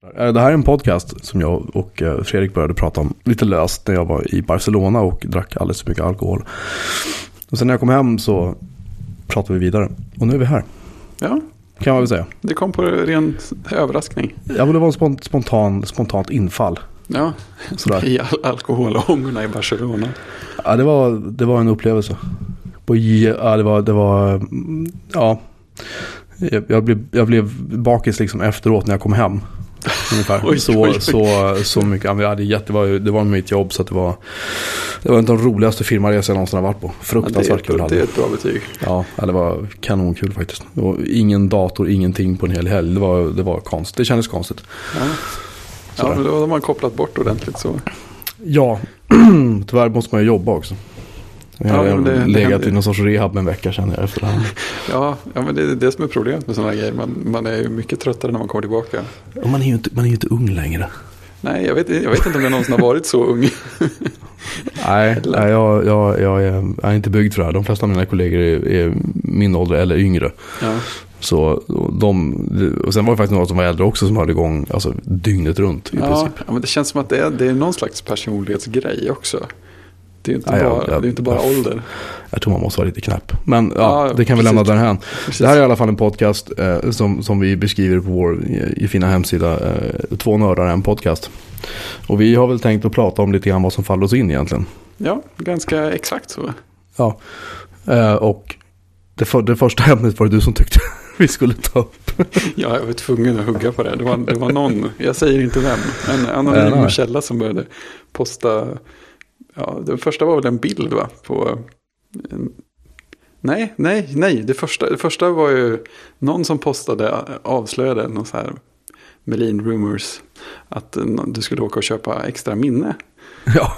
Det här är en podcast som jag och Fredrik började prata om lite löst när jag var i Barcelona och drack alldeles för mycket alkohol. Och sen när jag kom hem så pratade vi vidare. Och nu är vi här. Ja. Kan man väl säga. Det kom på ren överraskning. Ja, men det var en spontant infall. Ja, sådär. I alkoholångorna i Barcelona. Ja, det var en upplevelse. Jag blev bakis liksom efteråt när jag kom hem. Ungefär. Oj. Så mycket. Det var mitt jobb, så att det var en av de roligaste firmaresor jag någonsin har varit på. Fruktansvärt kul. Det är ett bra betyg. Ja, det var kanonkul faktiskt. Och ingen dator, ingenting på en hel helg. Det var konstigt. Det kändes konstigt. Ja, men då har man kopplat bort ordentligt så. Ja, tyvärr måste man ju jobba också. Jag har legat i någon sorts rehab en vecka känner jag efter det här. Ja, men det är det som är problemet med sådana grejer. Man är ju mycket tröttare när man kommer tillbaka. Och man är ju inte ung längre. Nej, jag vet inte om jag någonsin har varit så ung. Nej, jag är inte byggd för det här. De flesta av mina kollegor är min ålder eller yngre. Ja. Så och sen var det faktiskt några som var äldre också som hade igång alltså, dygnet runt i princip. Ja, men det känns som att det är någon slags personlighetsgrej också. Det är inte bara ålder. Jag tror man måste vara lite knäpp. Men det kan vi lämna därhän. Det här är i alla fall en podcast som vi beskriver på vår i fina hemsida. 2 nördar, en podcast. Och vi har väl tänkt att prata om lite grann vad som faller oss in egentligen. Ja, ganska exakt så. Ja, och det första ämnet var det du som tyckte vi skulle ta upp. Ja, jag var tvungen att hugga på det. Det var någon, jag säger inte vem, en anonym källa som började posta. Ja, det första var väl en bild va? Nej. Det första var ju någon som avslöjade någon så här Melin Rumors att du skulle åka och köpa extra minne. Ja.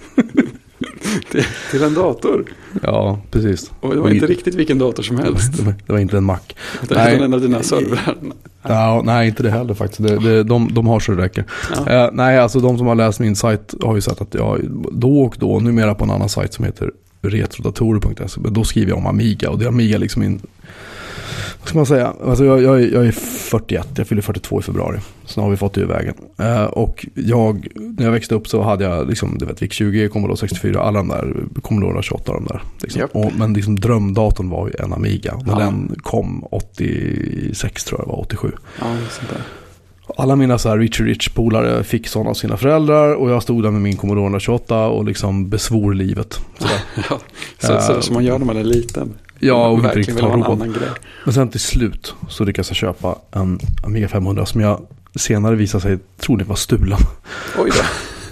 till en dator. Ja, precis. Och det var inte riktigt vilken dator som helst. Det var inte en Mac. Det var en av dina servrar. Ja, nej, inte det heller faktiskt. De har så det räcker. Ja. Nej, alltså de som har läst min sajt har ju sett att jag då och då, numera på en annan sajt som heter retrodatorer.se, men då skriver jag om Amiga. Och det är Amiga liksom min... Vad ska man säga? Alltså jag är 41, jag fyller 42 i februari. Så nu har vi fått det i vägen. Och när jag växte upp så hade jag liksom, du vet, VIC-20, Commodore 64, alla de där, Commodore 28 de där. Liksom. Yep. Men liksom drömdatorn var ju en Amiga. När den kom 86 tror jag var, 87. Ja, sånt där. Alla mina så här rich-polare fick sådana av sina föräldrar och jag stod där med min Commodore 28 och liksom besvor livet. Så som man gör när man är liten. Ja, och inte riktigt har en annan grej. Men sen till slut så lyckades jag köpa en Amiga 500 som jag senare visade sig troligen var stulen. Oj då.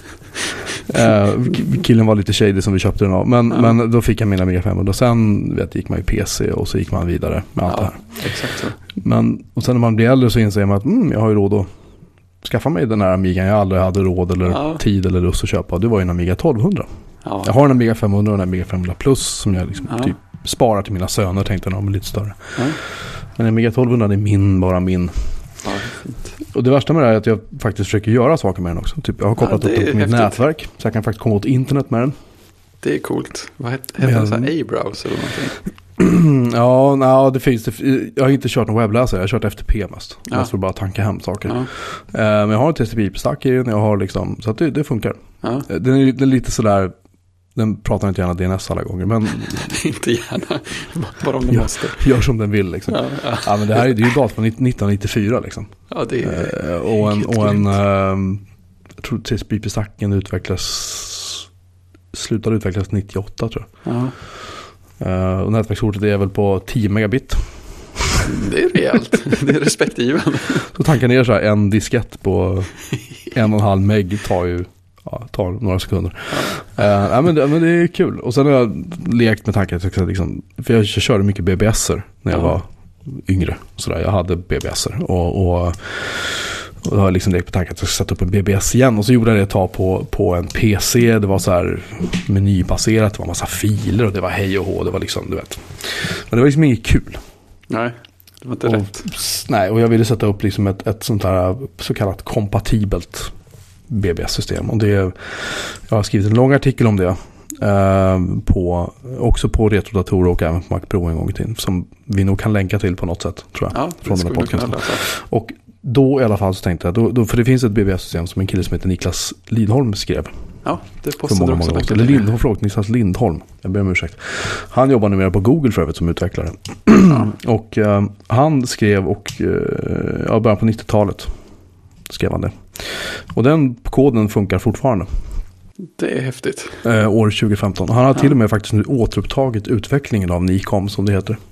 Killen var lite shady som vi köpte den av. Men då fick jag min Amiga 500. Sen gick man i PC och så gick man vidare med allt det här. Exakt så. Och sen när man blir äldre så inser man att jag har ju råd att skaffa mig den här Amiga jag aldrig hade råd eller tid eller lust att köpa. Det var ju en Amiga 1200. Ja. Jag har en Amiga 500 och en Amiga 500 Plus som jag liksom typ sparar till mina söner, tänkte jag, lite större. Men Amiga 1200 är bara min. Ja, och det värsta med det är att jag faktiskt försöker göra saker med den också. Typ, jag har kopplat upp den på mitt nätverk så jag kan faktiskt komma åt internet med den. Det är coolt. Vad heter den? Så här A-browser eller någonting? Ja, det finns det. Jag har inte kört någon webbläsare, jag har kört FTP mest. Jag får bara tanka hem saker. Men jag har ett TCP/IP-stack i den, jag har liksom, så att det funkar. Den är lite sådär. Den pratar inte gärna DNS alla gånger, men inte gärna, bara om den måste. Gör som den vill liksom. Ja, men det är ju dator från 1994 liksom. Ja, det är jag tror TCP/IP-stacken slutade utvecklas 98 tror jag. Och nätverkskortet är väl på 10 megabit. Det är rejält. Det är respektgivande. Så tankar ner så här en diskett på 1,5 meg tar några sekunder. Men det är kul. Och sen har jag lekt med tanken liksom, för jag körde mycket BBSer när jag var yngre. Sådär. Jag hade BBSer och då har jag liksom lekt med tanken att jag ska sätta upp en BBS igen. Och så gjorde jag det ett tag på en PC. Det var så här menybaserat. Det var en massa filer och det var hej och hå. Det var liksom, du vet. Men det var liksom inget kul. Nej, det var inte rätt. Nej, och jag ville sätta upp liksom ett sånt här så kallat kompatibelt BBS-system. Och jag har skrivit en lång artikel om det också på retrodatorer och även på Mac Pro en gång i tiden, som vi nog kan länka till på något sätt, tror jag, från den här podcasten. Och då i alla fall så tänkte jag, då, för det finns ett BBS-system som en kille som heter Niklas Lidholm skrev. Ja, det postade också. Eller Niklas Lindholm, jag ber om ursäkt. Han jobbar numera på Google för övrigt som utvecklare. Och han skrev början på 90-talet skrev han det. Och den koden funkar fortfarande. Det är häftigt. År 2015. Han har till och med faktiskt nu återupptagit utvecklingen av Nikom som det heter.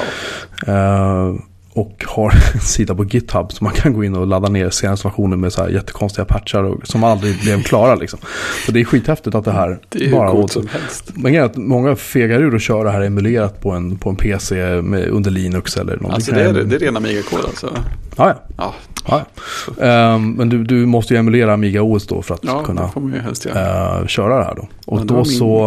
Wow. Och har en sida på GitHub som man kan gå in och ladda ner senaste versionen med så här jättekonstiga patchar som aldrig blev klara liksom. Så det är skithäftigt att det här det är bara åt som helst. Men att många fegar ur och kör det här emulerat på en PC under Linux eller någonting. Alltså det är ren Amiga-kod alltså? Ja. Men du måste ju emulera Amiga OS då för att kunna köra det här då. Och då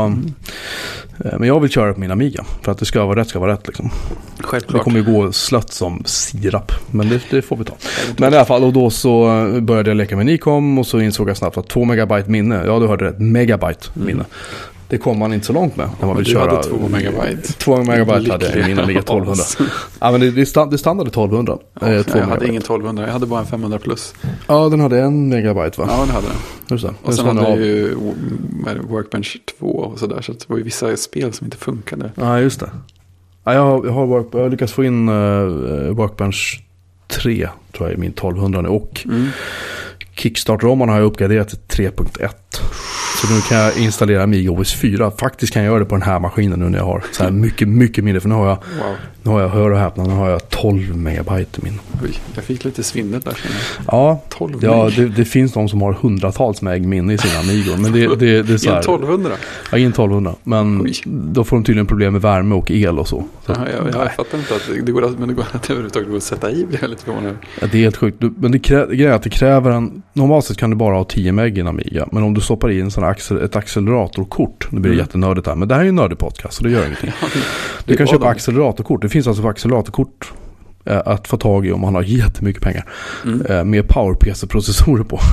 men jag vill köra på min Amiga för att det ska vara rätt liksom. Självklart. Det kommer ju gå slött som sirap, men det får vi ta. Men i alla fall, och då så började jag leka med Nikom och så insåg jag snabbt att 2 megabyte minne, du hörde rätt, megabyte minne. Det kom man inte så långt med när man vill köra. Hade 2 megabyte. 2 megabyte hade jag i min Amiga 1200. Ja, men det standard 1200. Jag hade ingen 1200, jag hade bara en 500 plus. Ja, den hade 1 megabyte va? Ja, den hade den. Just det. Och sen hade ju Workbench 2 och sådär, så det var ju vissa spel som inte funkade. Ja, just det. Ja, jag har lyckats få in Workbench 3 tror jag i min 1200 nu och Kickstart-roman har jag uppgraderat till 3.1. Så nu kan jag installera Amiga OS 4. Faktiskt kan jag göra det på den här maskinen nu när jag har så här mycket mindre. För nu har jag hör och häpna, nu har jag 12 megabyte min. Oj, jag fick lite svindel där. Ja, det finns de som har hundratals meg minne i sina Amigor. Men det är så här. I en 1200? Ja, i en 1200. Men då får de tydligen problem med värme och el och så. Jag fattar inte att det går att överhuvudtaget att sätta i det lite förvånande. Ja, det är helt sjukt. Men det kräver normalt sett kan du bara ha 10 meg i en Amiga. Men om du stoppar i ett acceleratorkort, det blir jättenördigt här. Men det här är ju en nördig podcast så det gör ingenting. Du kan köpa acceleratorkort. Det finns alltså acceleratorkort att få tag i om man har jättemycket pengar. Med PowerPC-processorer på.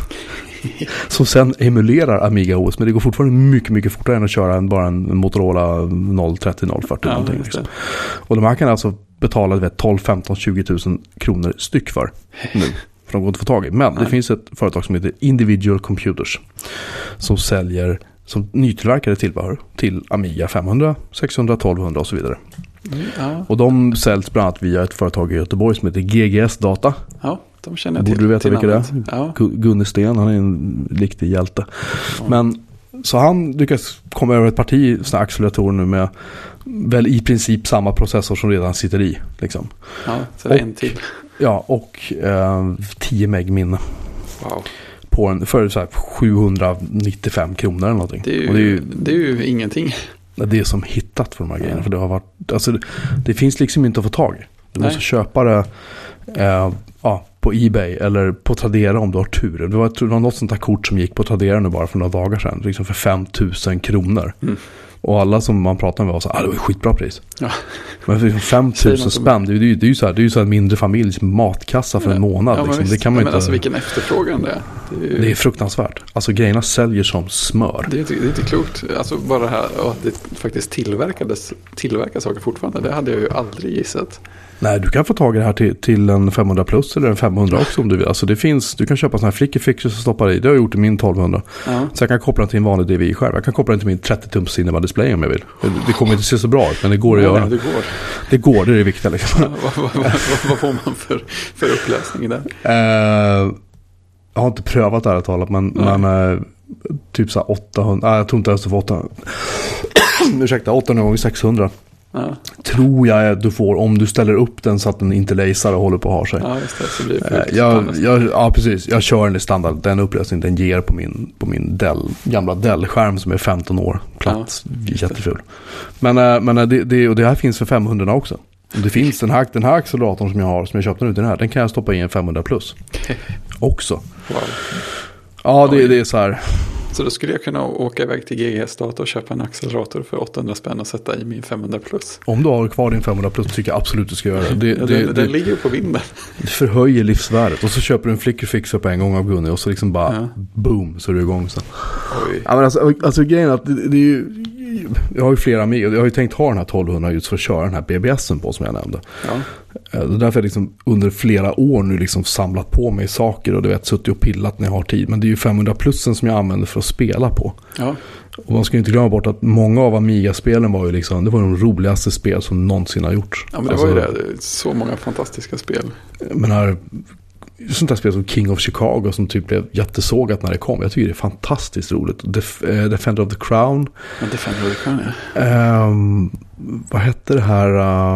Som sen emulerar Amiga OS. Men det går fortfarande mycket fortare än att köra bara en Motorola 030 040 någonting. Liksom. Och de här kan alltså betala 12, 15, 20 000 kronor styck för nu. För de går inte att få tag i. Men det finns ett företag som heter Individual Computers som säljer som nytillverkade tillbehör till Amiga 500, 600, 1200 och så vidare. Och de säljs bland annat via ett företag i Göteborg som heter GGS Data. Ja, de känner jag till. Borde du veta vilka det är? Ja. Gunne Sten, han är en riktig hjälte. Men så han lyckas komma över ett parti såna acceleratorer nu med väl i princip samma processor som redan sitter i. Liksom. Ja, så det är en till. Ja, och 10 meg minne. Wow. För så här 795 kronor eller någonting. Det är ju ingenting. Det är som hittat för de här grejerna. För det har varit, alltså, det finns liksom inte att få tag i. Du måste köpa det på eBay eller på Tradera om du har tur. Det var något sånt här kort som gick på Tradera nu bara för några dagar sedan. Liksom för 5 000 kronor. Och alla som man pratar med var så det var skitbra pris. Ja. Men för 5 000 spänn, det är ju så här en mindre familjs matkassa för en månad. Ja, liksom. Det kan man inte. Alltså vilken efterfrågan det är. Det är fruktansvärt. Alltså grejerna säljer som smör. Det är inte klokt. Alltså bara det här att det faktiskt tillverkas saker fortfarande. Det hade jag ju aldrig gissat. Nej, du kan få tag i det här till en 500 plus eller en 500 också om du vill. Alltså det finns, du kan köpa sådana här flickefixer som stoppar i. Det har jag gjort i min 1200. Så jag kan koppla den till en vanlig DVI själv. Jag kan koppla den till min 30-tums Cinema Display om jag vill. Det kommer inte se så bra ut, men det går att göra. Det går, det är det viktiga. Liksom. Vad får man för upplösning där? Jag har inte prövat det här talat, men typ så 800, jag tror inte ens du får 800. Ursäkta, 800 gånger 600. Ja. Tror jag du får om du ställer upp den så att den inte laser och håller på att ha sig. Ja, just det, så blir det ja, precis. Jag kör den i standard. Den upplösningen den ger på min gamla Dell-skärm som är 15 år. Platt, jätteful. Men det här finns för 500 också. Det finns den här acceleratorn som jag köpte nu, den kan jag stoppa i en 500 plus. Också. Wow. Ja, det är så här. Så då skulle jag kunna åka iväg till GGS Data och köpa en accelerator för 800 spänn och sätta i min 500 plus. Om du har kvar din 500 plus tycker jag absolut du ska göra det. Den ligger ju på vinden. Det förhöjer livsvärdet. Och så köper du en flickerfixer på en gång av Gunni och så liksom bara boom så är du igång sen. Oj. Ja, men alltså grejen är att det är ju, jag har ju flera Amiga. Jag har ju tänkt ha den här 1200 just för att köra den här BBSen på som jag nämnde. Ja. Det är därför jag liksom under flera år nu liksom samlat på mig saker och du vet, suttit och pillat när jag har tid. Men det är ju 500-plussen som jag använder för att spela på. Ja. Och man ska ju inte glömma bort att många av Amiga-spelen var ju liksom, det var de roligaste spel som någonsin har gjorts. Ja, men det var ju det. Det är så många fantastiska spel. Men här, sånt där spel som King of Chicago som typ blev jättesågat när det kom. Jag tycker det är fantastiskt roligt. Defender of the Crown. Ja, Defender of the Crown, vad hette det här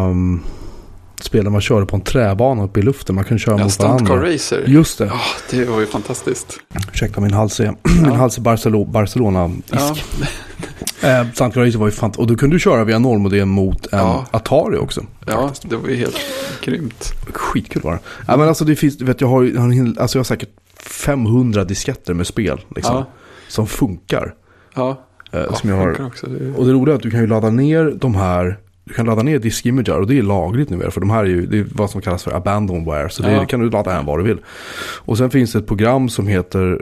spelen man körde på en träbana uppe i luften? Man kan köra mot varandra. Stunt Car Racer. Just det. Ja, det var ju fantastiskt. Ursäkta, min hals är Barcelona-isk. Ja. Stunt Car Racer var ju fantastiskt. Och då kunde du köra via normodem mot en Atari också. Ja, det var ju helt grymt. Skitkul var det. Ja, men alltså det finns, vet, jag har säkert 500 disketter med spel liksom, som funkar. Ja, som jag har. Också, och det roliga är att du kan ju ladda ner de här. Du kan ladda ner Diskimager och det är lagligt nu, för de här är ju, det är vad som kallas för abandonware, så det kan du ladda hem vad du vill. Och sen finns det ett program som heter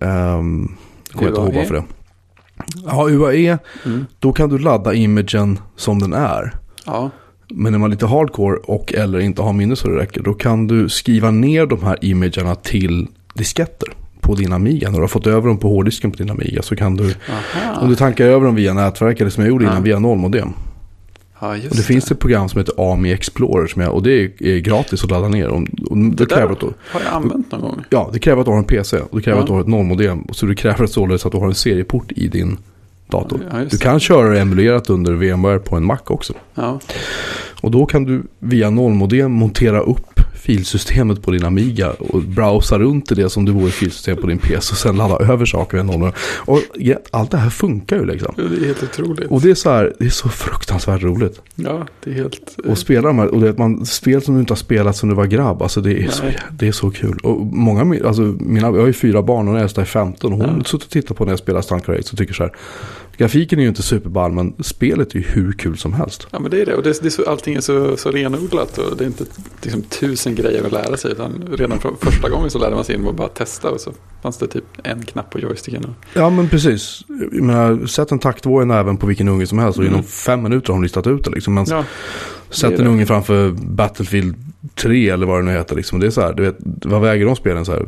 kommer inte ihåg varför det. Ja, UAE. Då kan du ladda imagen som den är. Ja. Men när man är lite hardcore och eller inte har minne så det räcker, då kan du skriva ner de här imagerna till disketter på din Amiga. När du har fått över dem på hårddisken på din Amiga så kan du, om du tankar över dem via nätverk eller som jag gjorde innan via nollmodem. Ja, just och det finns ett program som heter AMI Explorer och det är gratis att ladda ner. Och det kräver att har jag använt någon gång. Ja, det kräver att du har en PC och det kräver att du har ett nollmodem. Så det kräver således att du har en serieport i din dator. Ja, du kan köra det emulerat under VMware på en Mac också. Ja. Och då kan du via nollmodem montera upp filsystemet på din Amiga och browsa runt i det som du vore filsystem på din PC och sen ladda över saker med nollmodem. Och allt det här funkar ju liksom. Ja, det är helt otroligt. Och det är så här, det är så fruktansvärt roligt. Ja, det är helt... Och spela de här, och det man spel som du inte har spelat som du var grabb, alltså det är så kul. Och många, alltså jag har ju 4 barn och jag är 15 och hon har suttit och tittat på när jag spelar Stunt Car Racer och tycker så här, grafiken är ju inte superball, men spelet är ju hur kul som helst. Ja, men det är det. Och det är så, allting är så renodlat och det är inte liksom 1000 grejer att lära sig, utan redan från första gången så lärde man sig in och bara testa och så fanns det typ en knapp på joysticken. Ja, men precis. Jag menar, sätt en taktvåg även på vilken unge som helst och inom 5 minuter har de listat ut det liksom. Men sätt en unge framför Battlefield 3 eller vad det nu heter liksom. Det är så här, du vet, vad väger de spelen så här?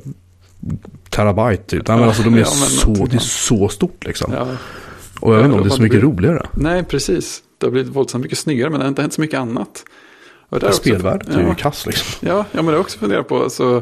Terabyte typ. Nej, men alltså de är det är så stort liksom. Ja. Och jag vet inte om det är så mycket roligare. Nej, precis. Det har blivit våldsamt mycket snyggare, men det har inte hänt så mycket annat. Spelvärdet är ju kass liksom. Ja, men det har också funderat på så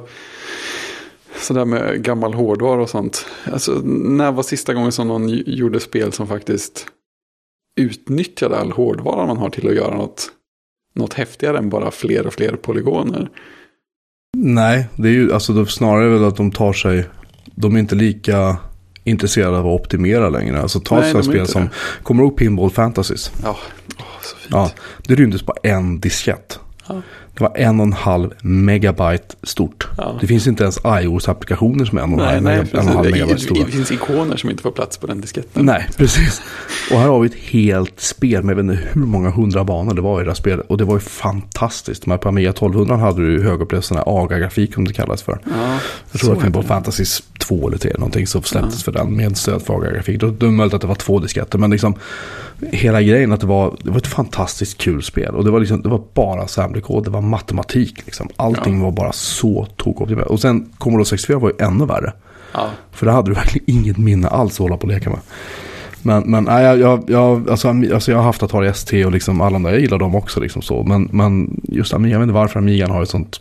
där med gammal hårdvara och sånt. Alltså, när var sista gången som någon gjorde spel som faktiskt utnyttjade all hårdvara man har till att göra något häftigare än bara fler och fler polygoner? Nej, det är ju alltså snarare väl att de är inte lika intresserade av att optimera längre. Alltså ta sådana spel som kommer ihåg Pinball Fantasies. Ja, så fint. Ja, det rymdes på en diskett. Ja. Det var 1,5 megabyte stort. Ja. Det finns inte ens iOS-applikationer som är 1,5 megabyte stora. Det finns ikoner som inte får plats på den disketten. Nej, precis. Och här har vi ett helt spel med jag vet inte hur många 100 banor det var i det här spelet. Och det var ju fantastiskt. Men på Amiga 1200 hade du högupplösande AGA-grafik som det kallas för. Ja, jag tror att det var Fantasies 2 eller 3 någonting som släpptes för den med stöd för AGA-grafik. Då är det möjligt att det var 2 disketter. Men liksom hela grejen att det var ett fantastiskt kul spel. Och det var bara assembly-kod, det var matematik liksom. Allting var bara så tokoptimerat. Och sen Commodore 64 var ju ännu värre. Ja. För där hade du verkligen inget minne alls att hålla på och leka med. Men jag har haft Atari ST och liksom alla där, jag gillar dem också liksom så. Men just Amiga, jag vet inte varför Amigan har ett sånt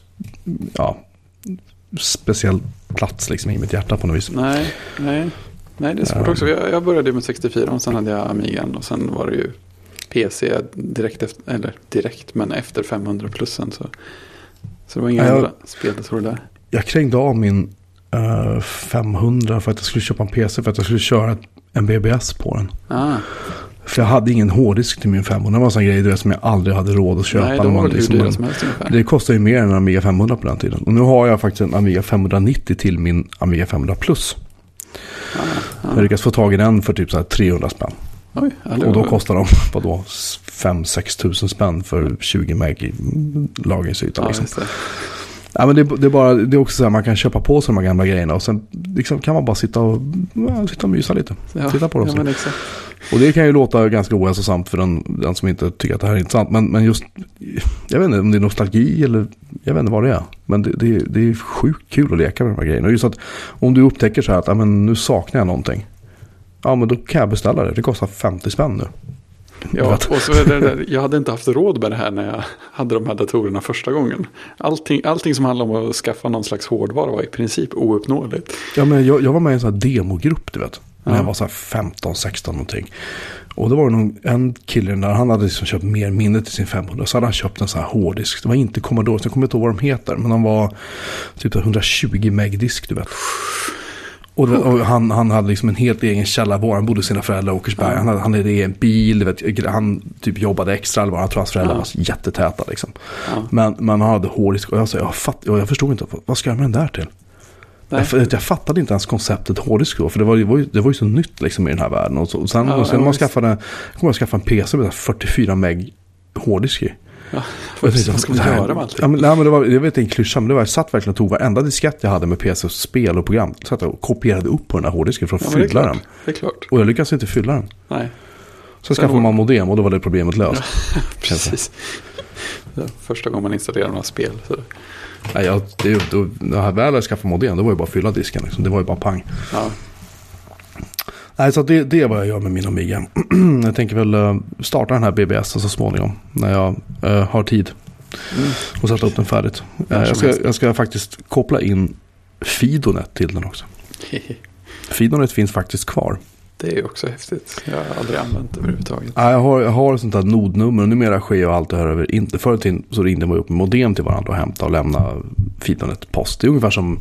speciell plats liksom i mitt hjärta på något vis. Nej, det är svårt också. Jag började med 64 och sen hade jag Amigan och sen var det ju PC direkt men efter 500-plussen så det var inga andra spel där. Jag krängde av min 500 för att jag skulle köpa en PC för att jag skulle köra en BBS på den. För jag hade ingen hårddisk till min 500. Det var en sån grej som jag aldrig hade råd att köpa. Nej, det kostar ju mer än en Amiga 500 på den tiden. Och nu har jag faktiskt en Amiga 590 till min Amiga 500 Plus. Jag lyckas få tag i den för typ så här 300 spänn. Oj, och då kostar de 5-6 tusen spänn för 20 meg i lagringsyta. Ja, liksom. Ja, men det är också så här, man kan köpa på sig de här gamla grejerna och sen liksom kan man bara sitta och mysa lite. Titta på dem. Ja, men exakt. Och det kan ju låta ganska ohälsosamt för den som inte tycker att det här är intressant. Men just, jag vet inte om det är nostalgi eller jag vet inte vad det är. Men det är sjukt kul att leka med de här grejerna. Och just att om du upptäcker så här att men nu saknar jag någonting. Ja, men då kan jag beställa det. Det kostar 50 spänn nu. Ja, och så är det jag hade inte haft råd med det här när jag hade de här datorerna första gången. Allting som handlar om att skaffa någon slags hårdvara var i princip ouppnåeligt. Ja, men jag var med i en sån här demogrupp, du vet. När jag var så här 15-16 någonting. Och då var det en kille där, han hade liksom köpt mer minne till sin 500. Så hade han köpt en sån här hårddisk. Det var inte Commodore, så jag kommer inte ihåg vad de heter. Men de var typ 120 meg disk, du vet. Och han hade liksom en helt egen källarvård. Han bodde i sina föräldrar i Åkersberg. Han hade en bil, vet, han typ jobbade extra eller vad. Han tror hans föräldrar var jättetäta liksom. Men han hade hårddisk. Och jag förstod inte, vad ska jag med den där till? Jag fattade inte ens konceptet hårddisk då, för det var ju så nytt liksom i den här världen. Och sen när man skaffade en PC med 44 meg hårddisk i. Ja, vad ska man göra med allt? Ja, men det var, jag vet inte en klyscha, men jag satt verkligen och tog varenda diskett jag hade med PC och spel och program. Så att jag kopierade upp på den här hårddisken för att fylla den. Det är klart. Och jag lyckades inte fylla den. Nej. Så skaffade man modem och då var det problemet löst. Ja, precis. Första gången man installerade några spel. Så. Nej, när jag väl skaffade modem, då var det bara att fylla disken. Liksom. Det var ju bara pang. Ja. Nej, så det är vad jag gör med min Amiga. Jag tänker väl starta den här BBS så småningom när jag har tid och sätta upp den färdigt. Jag ska faktiskt koppla in Fidonet till den också. Fidonet finns faktiskt kvar. Det är också häftigt. Jag har aldrig använt det överhuvudtaget. Ja, jag har ett sånt här nodnummer och numera sker jag allt det här över. Förr i tiden så ringde man upp med modem till varandra och hämta och lämna Fidonet post. Det är ungefär som...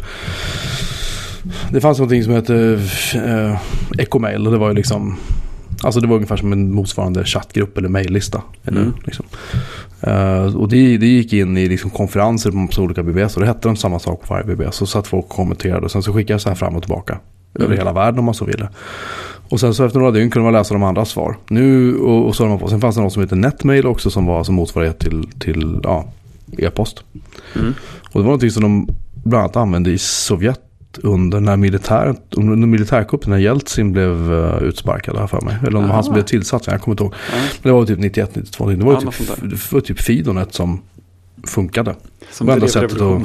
Det fanns någonting som hette Ecomail och det var ju liksom, alltså det var ungefär som en motsvarande chattgrupp eller mejllista liksom. Och det gick in i liksom konferenser på olika BBS och det hette de samma sak på varje BBS, så satt folk och kommenterade och sen så skickade jag så här fram och tillbaka över hela världen om man så ville. Och sen så efter några dygn kunde man läsa de andra svar. Och så man på. Sen fanns det något som heter Netmail också som var som motsvarighet till e-post. Och det var någonting som de bland annat använde i Sovjet under när militärkuppen när Jeltsin blev utsparkad här för mig. Eller om det var han som blev tillsatt, jag kommer inte ihåg. Men det var typ 91-92. Det var typ Fidonet som funkade. Som det sättet att,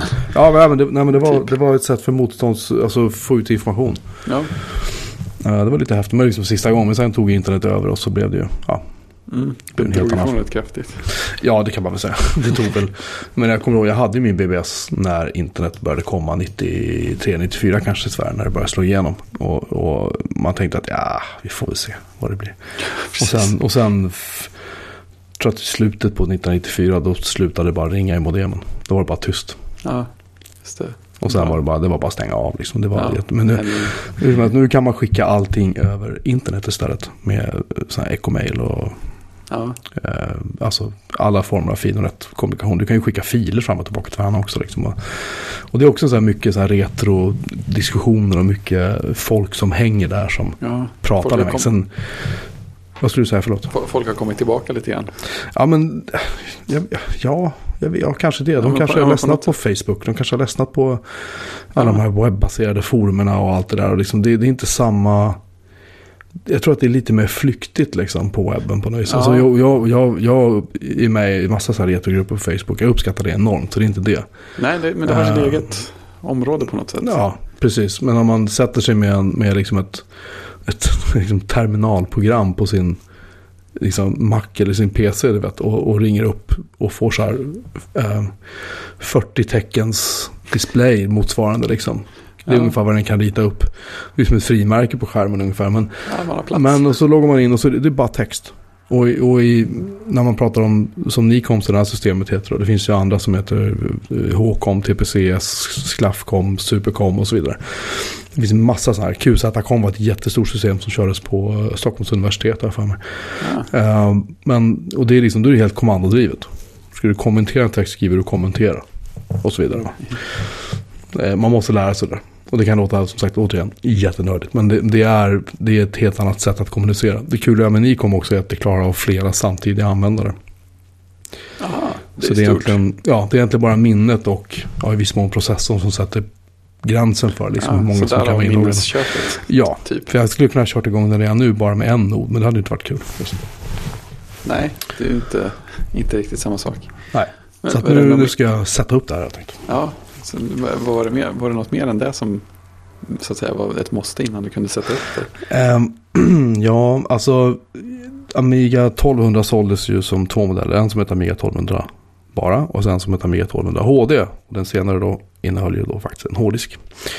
det var ett sätt för alltså få ut information. Ja. Det var lite häftigt, men liksom sista gången, men sen tog internet över och så blev det ju det drog ifrån rätt kraftigt. Ja, det kan man väl säga. Det tog väl. Men jag kommer ihåg, jag hade ju min BBS när internet började komma 93-94 kanske i Sverige, när det började slå igenom. Och man tänkte att vi får väl se vad det blir. Och sen tror jag att i slutet på 1994 då slutade det bara ringa i modemen. Då var det bara tyst. Ja, just det. Och sen var det bara att stänga av liksom. Det var men nu kan man skicka allting över internet istället med sån här Ecomail och alltså alla former av Fidonet-kommunikation. Du kan ju skicka filer fram och tillbaka till varandra också liksom. Och det är också så här mycket så här retro-diskussioner och mycket folk som hänger där som pratar med mig. Sen, vad skulle du säga, förlåt? Folk har kommit tillbaka lite grann. Ja, men kanske det. De kanske har ledsnat på Facebook. De kanske har ledsnat på alla de här webbaserade forumerna och allt det där. Och liksom, det är inte samma... Jag tror att det är lite mer flyktigt liksom, på webben på något vis. Alltså, jag är med i massa så här retrogrupper på Facebook. Jag uppskattar det enormt, så det är inte det. Nej, men det har sitt eget område på något sätt. Ja, precis. Men om man sätter sig med liksom ett liksom terminalprogram på sin liksom Mac eller sin PC, du vet, och ringer upp och får så här 40 teckens display motsvarande liksom. Det är ungefär vad den kan rita upp. Det är som ett frimärke på skärmen ungefär. Men och så loggar man in och så det är bara text. Och när man pratar om, som Nicom, så det här systemet heter, och det finns ju andra som heter HCOM, TPCS, SCLAFCOM, SuperCom och så vidare. Det finns en massa så här. QZ-com var ett jättestort system som kördes på Stockholms universitet här för mig. Och det är liksom, då är det helt kommandodrivet. Ska du kommentera en text, skriver du kommentera och så vidare. Man måste lära sig det. Och det kan låta, som sagt, återigen jättenördigt. Men det är ett helt annat sätt att kommunicera. Det kul med Nicom också är att det klarar av flera samtidiga användare. Så det är egentligen bara minnet och i viss mån processorn som sätter gränsen för liksom hur många som kan vara inne. Ja, typ. För jag skulle kunna ha kört igång den redan nu bara med en nod, men det hade inte varit kul. Nej, det är ju inte riktigt samma sak. Nej, så att nu ska jag sätta upp det här, jag tänkte. Ja, så vad var det mer? Var det något mer än det som så att säga var ett måste innan du kunde sätta upp det? Ja, alltså Amiga 1200 såldes ju som två modeller. En som heter Amiga 1200 bara och sen som heter Amiga 1200 HD. Och den senare då innehöll ju då faktiskt en hårddisk.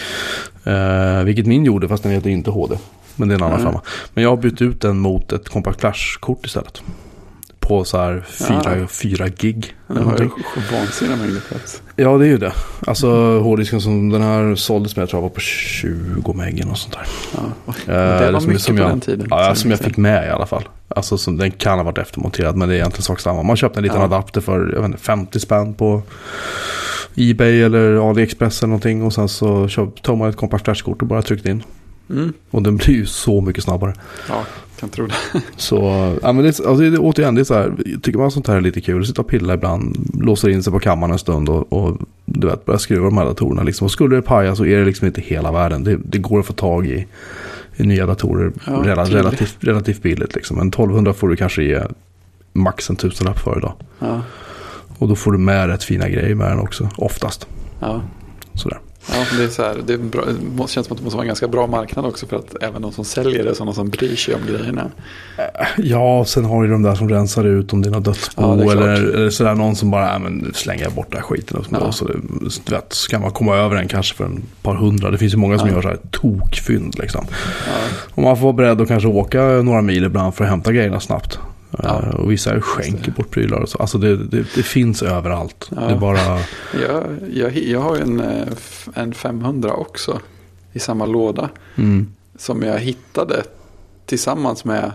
Vilket min gjorde, fast den heter inte HD. Men det är en annan femma. Men jag har bytt ut den mot ett Compact Flash-kort istället. På så här 4 gig. Det var ju vansinniga mängder plats. Ja, det är ju det. Alltså hårddisken som den här såldes med, jag tror jag var på 20 meg och sånt där. Ja. Det var mycket som på jag, den tiden. Ja, som jag fick med i alla fall. Alltså som, den kan ha varit eftermonterad, men det är egentligen sak samma. Man köpte en liten adapter för, jag vet inte, 50 spänn på eBay eller AliExpress eller någonting. Och sen så tog man ett Compact Flash-kort och bara tryckte in. Och den blir ju så mycket snabbare. Ja, kan tro det. Så, ja, men det återigen, det är så här, tycker man sånt här är lite kul, sitta och pilla ibland, låser in sig på kammaren en stund och du vet, börja skruva de här datorerna liksom. Och skulle det paja så är det liksom inte hela världen. Det går att få tag i nya datorer relativt billigt liksom. En 1200 får du kanske ge max en 1000-lapp för idag. Ja. Och då får du med rätt fina grejer med den också, oftast. Ja. Sådär. Ja, det är så här, det känns som att det måste vara en ganska bra marknad också, för att även de som säljer det är sådana som bryr sig om grejerna. Ja, sen har ju de där som rensar ut om dina dödsbo eller sådär, någon som bara slänger bort den här skiten och så du vet, ska man komma över den kanske för ett par hundra. Det finns ju många som gör så här tokfynd liksom. Och man får vara beredd att kanske åka några mil ibland för att hämta grejerna snabbt. Och vissa skänker bort prylar och så. Alltså det finns överallt. Det är bara... Jag har ju en 500 också i samma låda som jag hittade tillsammans med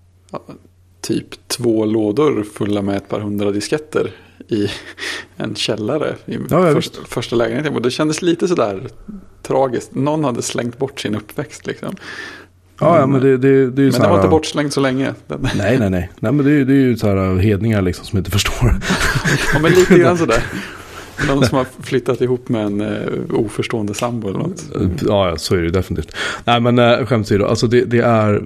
typ 2 lådor fulla med ett par 100 disketter i en källare i första lägenheten. Och det kändes lite sådär tragiskt. Någon hade slängt bort sin uppväxt liksom. Ja, men det är ju men så den här, var inte bortslängd så länge. Nej, men det är ju så här hedningar liksom som inte förstår. Ja, men lite grann sådär. Någon som har flyttat ihop med en oförstående sambo eller något. Ja, så är det definitivt. Nej, men skämt åsido, alltså det